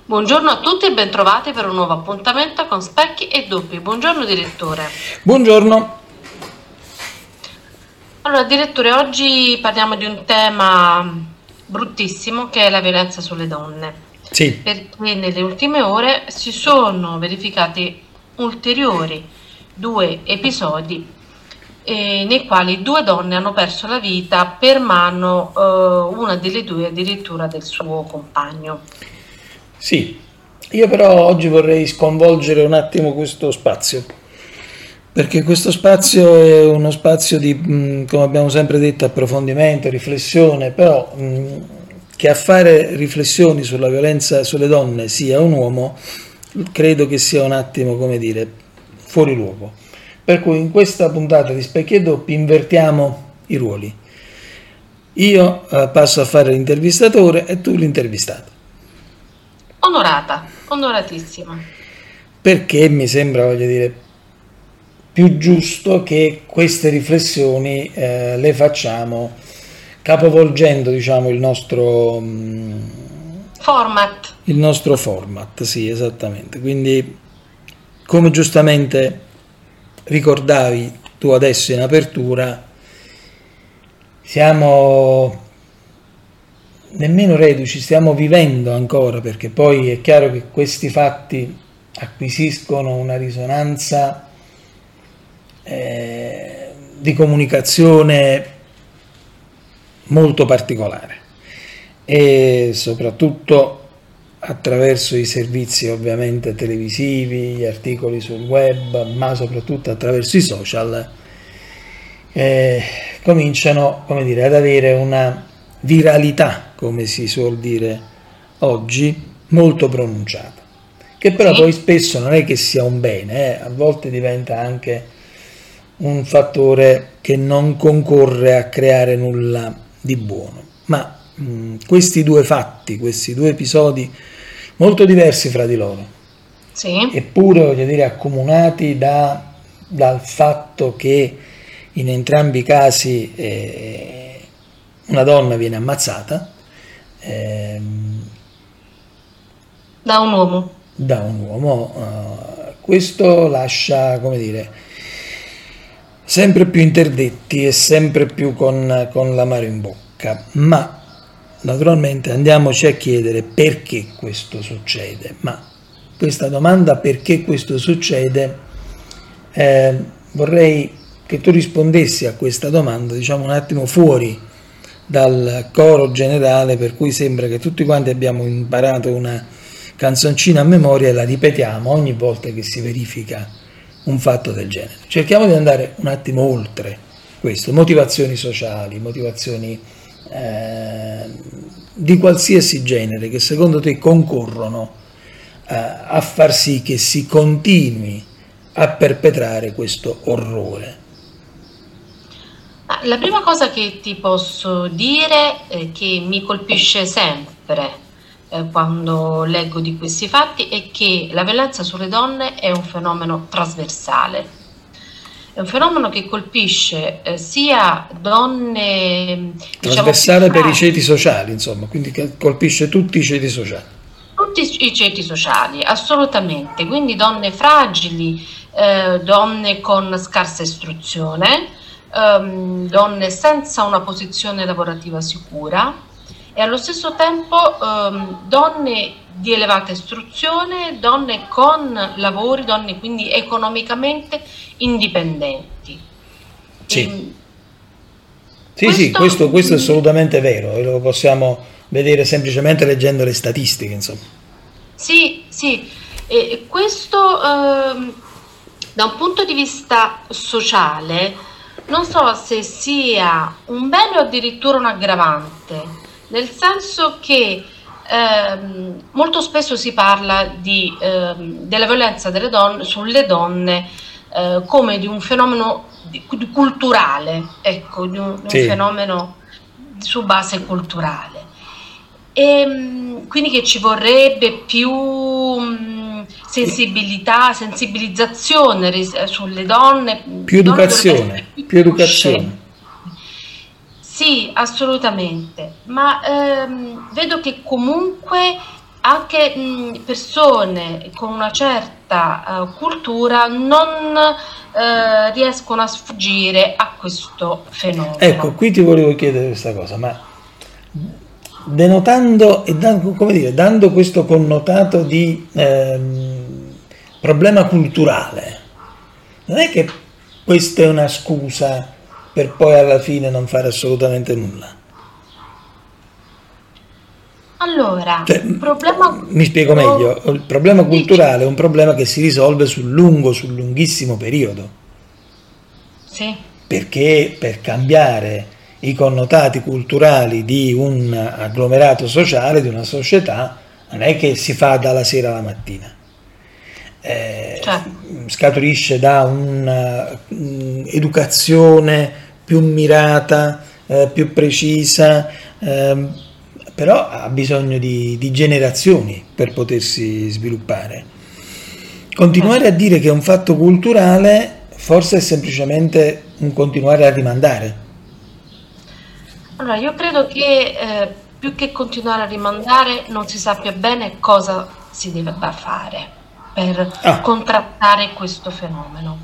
Buongiorno a tutti e bentrovati per un nuovo appuntamento con Specchi e Doppi. Buongiorno direttore. Buongiorno. Allora direttore, oggi parliamo di un tema bruttissimo che è la violenza sulle donne. Sì, Perché nelle ultime ore si sono verificati ulteriori 2 episodi nei quali 2 donne hanno perso la vita per mano, una delle 2 addirittura del suo compagno. sì. Io però oggi vorrei sconvolgere un attimo questo spazio, perché questo spazio è uno spazio di, come abbiamo sempre detto, approfondimento, riflessione, però che a fare riflessioni sulla violenza sulle donne sia un uomo, credo che sia un attimo, come dire, fuori luogo. Per cui in questa puntata di Specchi e Doppi invertiamo i ruoli. Io passo a fare l'intervistatore e tu l'intervistato. Onorata, onoratissima. Perché mi sembra, voglio dire, più giusto che queste riflessioni le facciamo capovolgendo, diciamo, Format. il nostro format, sì, esattamente. Quindi, come giustamente ricordavi tu adesso in apertura, siamo nemmeno reduci, stiamo vivendo ancora, perché poi è chiaro che questi fatti acquisiscono una risonanza di comunicazione molto particolare e soprattutto attraverso i servizi ovviamente televisivi, gli articoli sul web, ma soprattutto attraverso i social, cominciano, come dire, ad avere una viralità, come si suol dire oggi, molto pronunciata, che però Sì. poi spesso non è che sia un bene, a volte diventa anche un fattore che non concorre a creare nulla di buono. Ma questi 2 fatti, questi 2 episodi molto diversi fra di loro, Sì. eppure, voglio dire, accomunati dal fatto che in entrambi i casi una donna viene ammazzata Da un uomo. da un uomo, questo lascia, come dire, sempre più interdetti e sempre più con l'amaro in bocca. Ma naturalmente andiamoci a chiedere perché questo succede. Ma questa domanda, perché questo succede, vorrei che tu rispondessi a questa domanda, diciamo un attimo fuori dal coro generale, per cui sembra che tutti quanti abbiamo imparato una canzoncina a memoria e la ripetiamo ogni volta che si verifica un fatto del genere. Cerchiamo di andare un attimo oltre questo, motivazioni sociali, motivazioni di qualsiasi genere che secondo te concorrono a far sì che si continui a perpetrare questo orrore. La prima cosa che ti posso dire, che mi colpisce sempre quando leggo di questi fatti, è che la violenza sulle donne è un fenomeno trasversale. È un fenomeno che colpisce sia donne, diciamo, più Trasversale per i fragili, ceti sociali, insomma, quindi che colpisce tutti i ceti sociali. tutti i ceti sociali, assolutamente. Quindi donne fragili, donne con scarsa istruzione, donne senza una posizione lavorativa sicura e allo stesso tempo donne di elevata istruzione, donne con lavori, donne quindi economicamente indipendenti. Sì, sì, Questo questo è assolutamente vero e lo possiamo vedere semplicemente leggendo le statistiche, insomma. sì, sì, e questo da un punto di vista sociale non so se sia un bene o addirittura un aggravante, nel senso che molto spesso si parla della violenza delle donne, sulle donne come di un fenomeno culturale, ecco, di un Sì, fenomeno su base culturale. Quindi che ci vorrebbe più sensibilizzazione sulle donne, più le donne dovrebbero essere più più coscienti. educazione. Sì, assolutamente, ma vedo che comunque anche persone con una certa cultura non riescono a sfuggire a questo fenomeno. Ecco, qui ti volevo chiedere questa cosa, ma denotando e dando questo connotato di problema culturale, non è che questa è una scusa per poi alla fine non fare assolutamente nulla? Allora, Cioè, il problema... mi spiego meglio, il problema culturale è un problema che si risolve sul lunghissimo periodo, Sì, perché per cambiare i connotati culturali di un agglomerato sociale, di una società, non è che si fa dalla sera alla mattina. certo. Scaturisce da un'educazione più mirata, più precisa, però ha bisogno di generazioni per potersi sviluppare. Continuare a dire che è un fatto culturale forse è semplicemente un continuare a rimandare. Allora, io credo che più che continuare a rimandare non si sappia bene cosa si debba fare per contrastare questo fenomeno.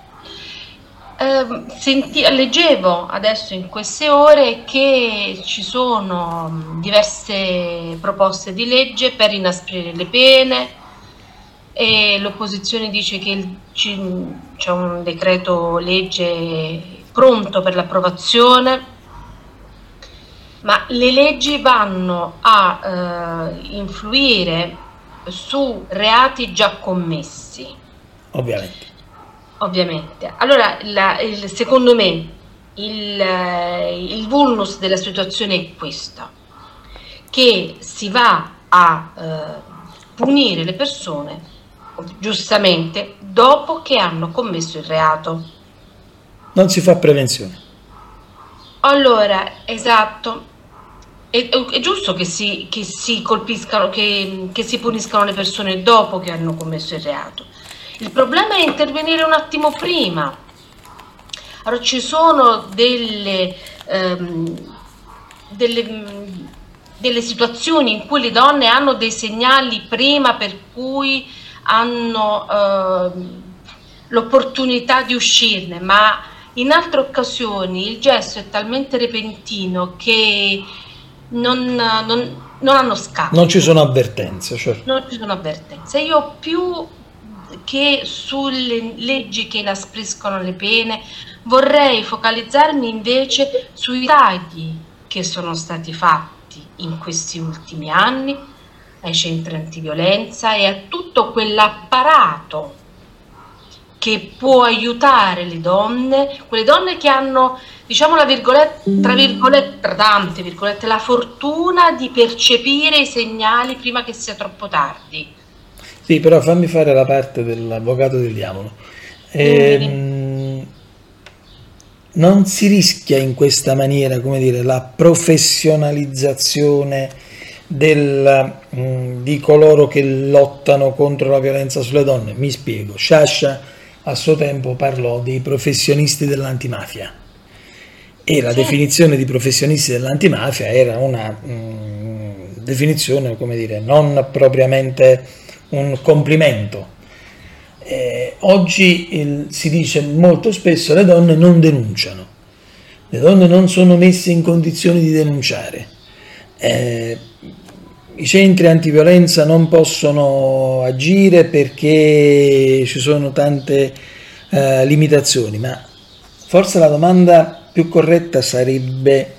Leggevo adesso in queste ore che ci sono diverse proposte di legge per inasprire le pene e l'opposizione dice che c'è un decreto legge pronto per l'approvazione, ma le leggi vanno a influire su reati già commessi. Ovviamente. Allora, secondo me, il vulnus della situazione è questo, che si va a punire le persone, giustamente, dopo che hanno commesso il reato. Non si fa prevenzione. Allora, esatto. È giusto che si colpiscano, che si puniscano le persone dopo che hanno commesso il reato. Il problema è intervenire un attimo prima. Allora, ci sono delle situazioni in cui le donne hanno dei segnali prima per cui hanno l'opportunità di uscirne, ma in altre occasioni il gesto è talmente repentino che non hanno scatto. Non ci sono avvertenze, certo. Non ci sono avvertenze. Io più che sulle leggi che inaspriscono le pene vorrei focalizzarmi invece sui tagli che sono stati fatti in questi ultimi anni ai centri antiviolenza e a tutto quell'apparato che può aiutare le donne, quelle donne che hanno, diciamo tra tante virgolette, la fortuna di percepire i segnali prima che sia troppo tardi. Sì, però fammi fare la parte dell'avvocato del diavolo. Non si rischia in questa maniera, come dire, la professionalizzazione di coloro che lottano contro la violenza sulle donne? Mi spiego. Sciascia a suo tempo parlò dei professionisti dell'antimafia e la definizione di professionisti dell'antimafia era una definizione, come dire, non propriamente un complimento. Oggi si dice molto spesso le donne non denunciano, le donne non sono messe in condizioni di denunciare, i centri antiviolenza non possono agire perché ci sono tante limitazioni, ma forse la domanda più corretta sarebbe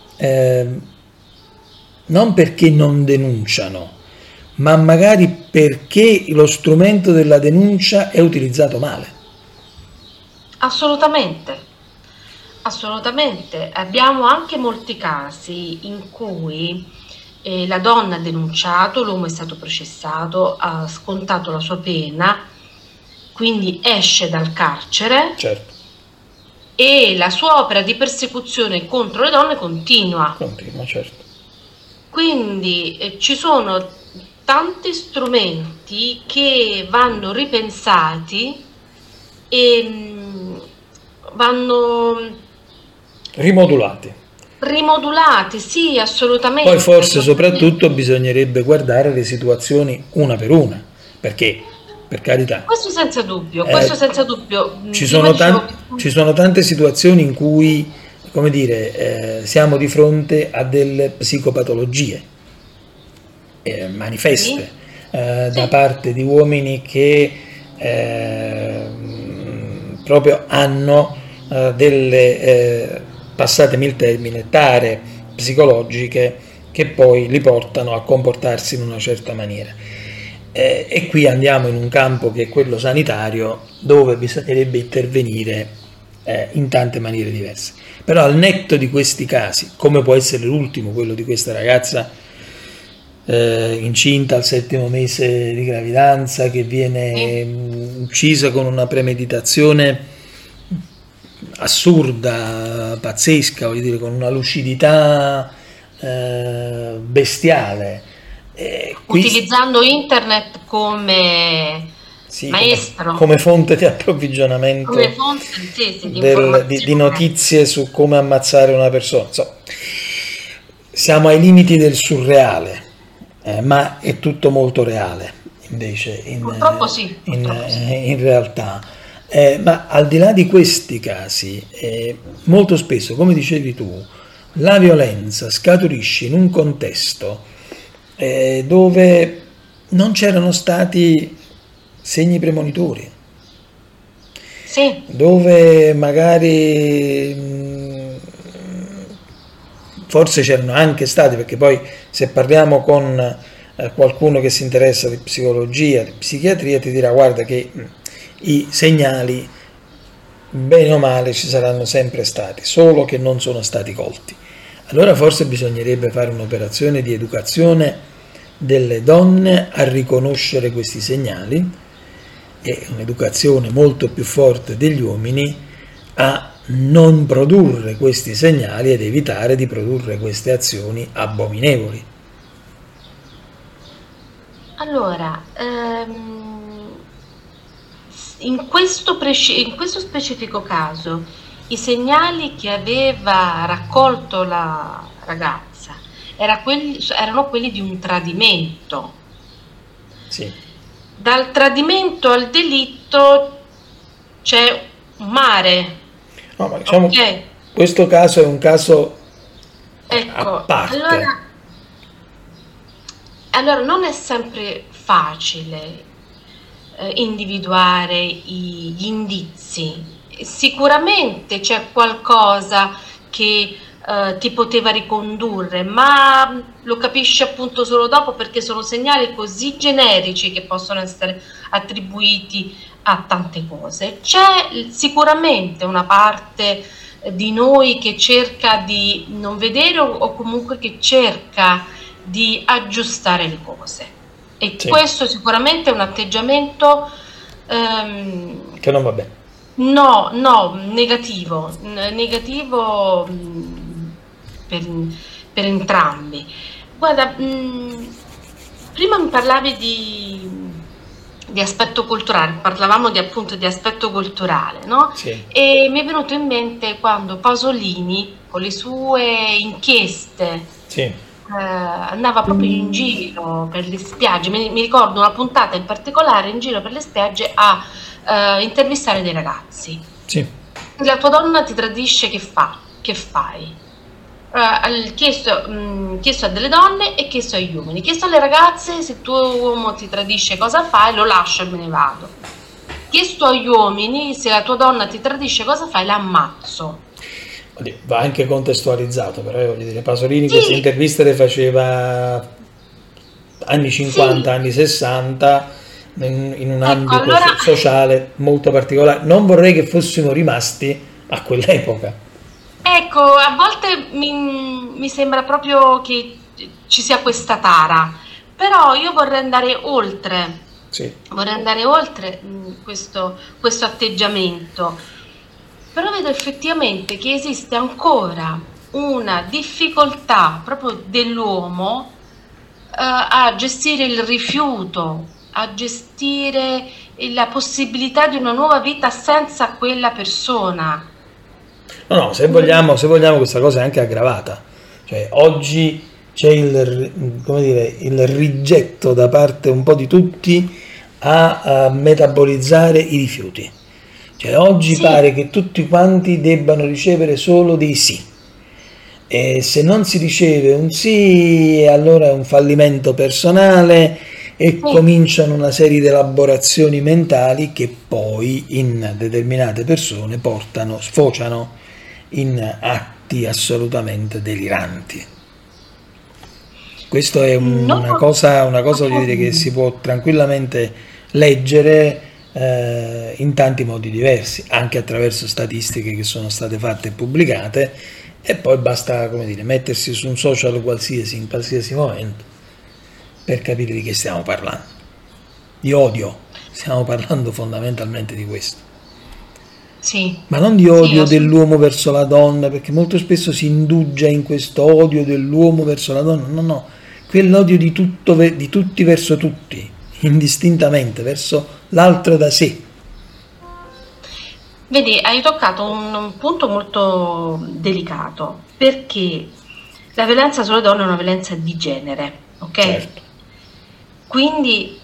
non perché non denunciano, ma magari perché lo strumento della denuncia è utilizzato male. Assolutamente, assolutamente. Abbiamo anche molti casi in cui la donna ha denunciato, l'uomo è stato processato, ha scontato la sua pena, quindi esce dal carcere. Certo. E la sua opera di persecuzione contro le donne continua. Continua, certo. Quindi ci sono tanti strumenti che vanno ripensati e vanno rimodulati. rimodulati, sì, Poi assolutamente, forse assolutamente. soprattutto bisognerebbe guardare le situazioni una per una, perché, per carità, Questo eh, senza dubbio. ci Prima sono, dicevo che ci sono tante situazioni in cui, come dire, siamo di fronte a delle psicopatologie manifeste sì, da sì, parte di uomini che proprio hanno delle, passatemi il termine, tare psicologiche che poi li portano a comportarsi in una certa maniera. E qui andiamo in un campo che è quello sanitario, dove bisognerebbe intervenire in tante maniere diverse. Però al netto di questi casi, come può essere l'ultimo, quello di questa ragazza incinta al 7° mese di gravidanza, che sì, viene uccisa con una premeditazione assurda, pazzesca, voglio dire, con una lucidità bestiale. Qui utilizzando internet come sì, maestro, come fonte di come approvvigionamento fonte, sì, sì, di di informazione. notizie su come ammazzare una persona. Insomma, siamo ai limiti del surreale, ma è tutto molto reale invece Purtroppo sì, in realtà. Ma al di là di questi casi, molto spesso, come dicevi tu, la violenza scaturisce in un contesto dove non c'erano stati segni premonitori, sì, dove magari forse c'erano anche stati, perché poi se parliamo con qualcuno che si interessa di psicologia, di psichiatria, ti dirà guarda che i segnali bene o male ci saranno sempre stati, solo che non sono stati colti. Allora forse bisognerebbe fare un'operazione di educazione delle donne a riconoscere questi segnali e un'educazione molto più forte degli uomini a non produrre questi segnali ed evitare di produrre queste azioni abominevoli. allora, in questo specifico caso, i segnali che aveva raccolto la ragazza erano quelli di un tradimento. Sì. Dal tradimento al delitto c'è un mare, No, ma diciamo, ok? questo caso è un caso a Ecco, parte. allora non è sempre facile individuare gli indizi. Sicuramente c'è qualcosa che ti poteva ricondurre, ma lo capisci appunto solo dopo perché sono segnali così generici che possono essere attribuiti a tante cose. C'è sicuramente una parte di noi che cerca di non vedere o comunque che cerca di aggiustare le cose. E Sì, questo sicuramente è un atteggiamento che non va bene. no, no, negativo, negativo per, per entrambi. Guarda, prima mi parlavi di aspetto culturale, parlavamo di appunto di aspetto culturale, no? Sì, E mi è venuto in mente quando Pasolini, con le sue inchieste, sì, andava proprio in giro per le spiagge, mi ricordo una puntata in particolare in giro per le spiagge a intervistare dei ragazzi. sì. La tua donna ti tradisce, che fa? Che fai? Chiesto a delle donne e chiesto agli uomini. Chiesto alle ragazze, se tuo uomo ti tradisce cosa fai? Lo lascio e me ne vado. Chiesto agli uomini, se la tua donna ti tradisce cosa fai? La ammazzo. Oddio, va anche contestualizzato, però voglio dire, Pasolini queste Sì, interviste le faceva anni 50, sì, anni 60, in un ecco, ambito allora sociale molto particolare. Non vorrei che fossimo rimasti a quell'epoca. ecco, a volte mi sembra proprio che ci sia questa tara, però io Sì, vorrei andare oltre questo atteggiamento, però vedo effettivamente che esiste ancora una difficoltà proprio dell'uomo a gestire il rifiuto, a gestire la possibilità di una nuova vita senza quella persona. No, no, se vogliamo questa cosa è anche aggravata. Cioè, oggi c'è come dire, il rigetto da parte un po' di tutti a metabolizzare i rifiuti. Cioè, oggi Sì, pare che tutti quanti debbano ricevere solo dei sì. E se non si riceve un sì, allora è un fallimento personale e sì. cominciano una serie di elaborazioni mentali che poi in determinate persone sfociano in atti assolutamente deliranti. Questo è Non una cosa voglio dire, che si può tranquillamente leggere in tanti modi diversi, anche attraverso statistiche che sono state fatte e pubblicate, e poi basta, come dire, mettersi su un social qualsiasi in qualsiasi momento per capire di che stiamo parlando. Di odio, stiamo parlando fondamentalmente di questo. sì, Ma non di sì, odio dell'uomo verso la donna, perché molto spesso si indugia in questo odio dell'uomo verso la donna. No, no, quell'odio di di tutti verso tutti, indistintamente, verso l'altro da sé. Vedi, hai toccato un punto molto delicato, perché la violenza sulle donne è una violenza di genere, ok? Certo, Quindi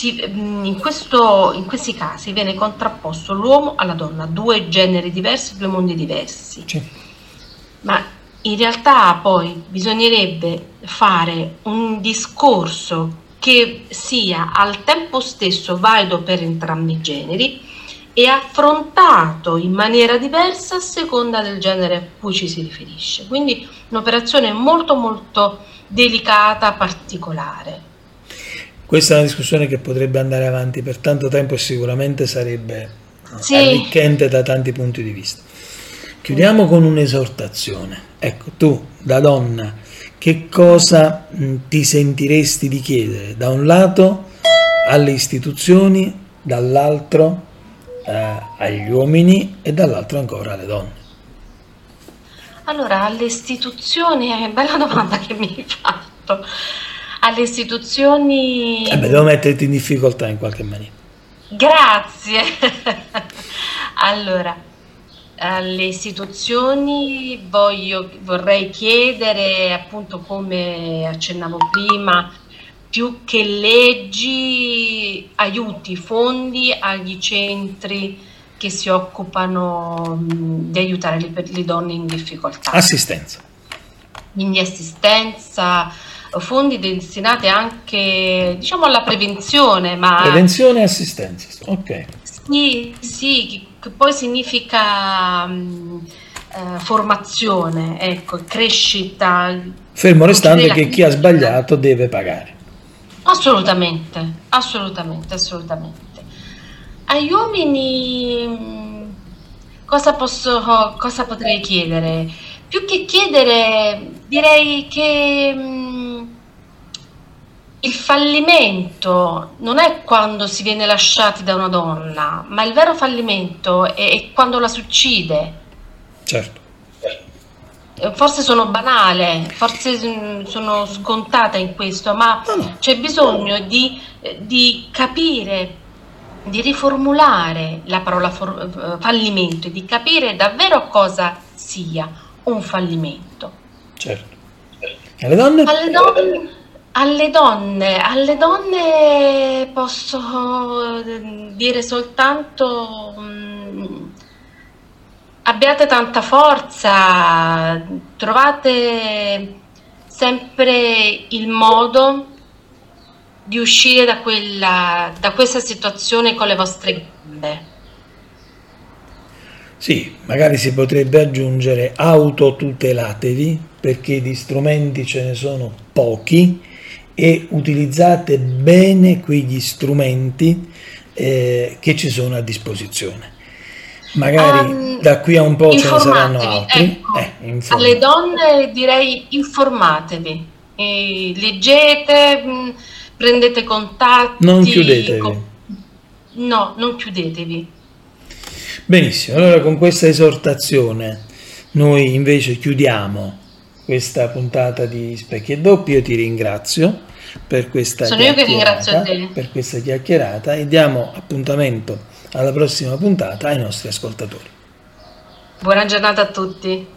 in questi casi viene contrapposto l'uomo alla donna, due generi diversi, due mondi diversi. sì. Ma in realtà poi bisognerebbe fare un discorso che sia al tempo stesso valido per entrambi i generi e affrontato in maniera diversa a seconda del genere a cui ci si riferisce. Quindi un'operazione molto molto delicata, particolare. Questa è una discussione che potrebbe andare avanti per tanto tempo e sicuramente sarebbe Sì, arricchente da tanti punti di vista. Chiudiamo con un'esortazione. Ecco, tu, da donna, che cosa ti sentiresti di chiedere? Da un lato alle istituzioni, dall'altro agli uomini e dall'altro ancora alle donne. allora alle istituzioni, bella domanda che mi hai fatto. Alle E beh, istituzioni. devo metterti in difficoltà in qualche maniera. Grazie. Allora, alle istituzioni vorrei chiedere, appunto, come accennavo prima, più che leggi, aiuti, fondi agli centri che si occupano di aiutare le donne in difficoltà, Assistenza. quindi assistenza, fondi destinati anche, diciamo, alla prevenzione, ma Prevenzione e assistenza. Ok. sì, sì, che poi significa formazione, ecco, crescita, Fermo contribuire restando alla che chi ha crescita. sbagliato deve pagare. Assolutamente, assolutamente, assolutamente. Agli uomini cosa potrei chiedere? Più che chiedere, direi che il fallimento non è quando si viene lasciati da una donna, ma il vero fallimento è quando la si uccide. Certo. Forse sono banale, forse sono scontata in questo, ma No, no. c'è bisogno di capire, di riformulare la parola fallimento e di capire davvero cosa sia un fallimento. Certo. E alle donne? Alle donne posso dire soltanto abbiate tanta forza, trovate sempre il modo di uscire da questa situazione con le vostre gambe. Sì, magari si potrebbe aggiungere autotutelatevi perché di strumenti ce ne sono pochi e utilizzate bene quegli strumenti che ci sono a disposizione. Magari da qui a un po' ce ne saranno Informatevi, altri. ecco, Insomma, alle donne direi informatevi, leggete, prendete non contatti, chiudetevi. no, non chiudetevi. Benissimo, allora con questa esortazione noi invece chiudiamo questa puntata di Specchi e Doppi. Io ti ringrazio Sono io che ringrazio te. per questa chiacchierata e diamo appuntamento alla prossima puntata ai nostri ascoltatori. Buona giornata a tutti.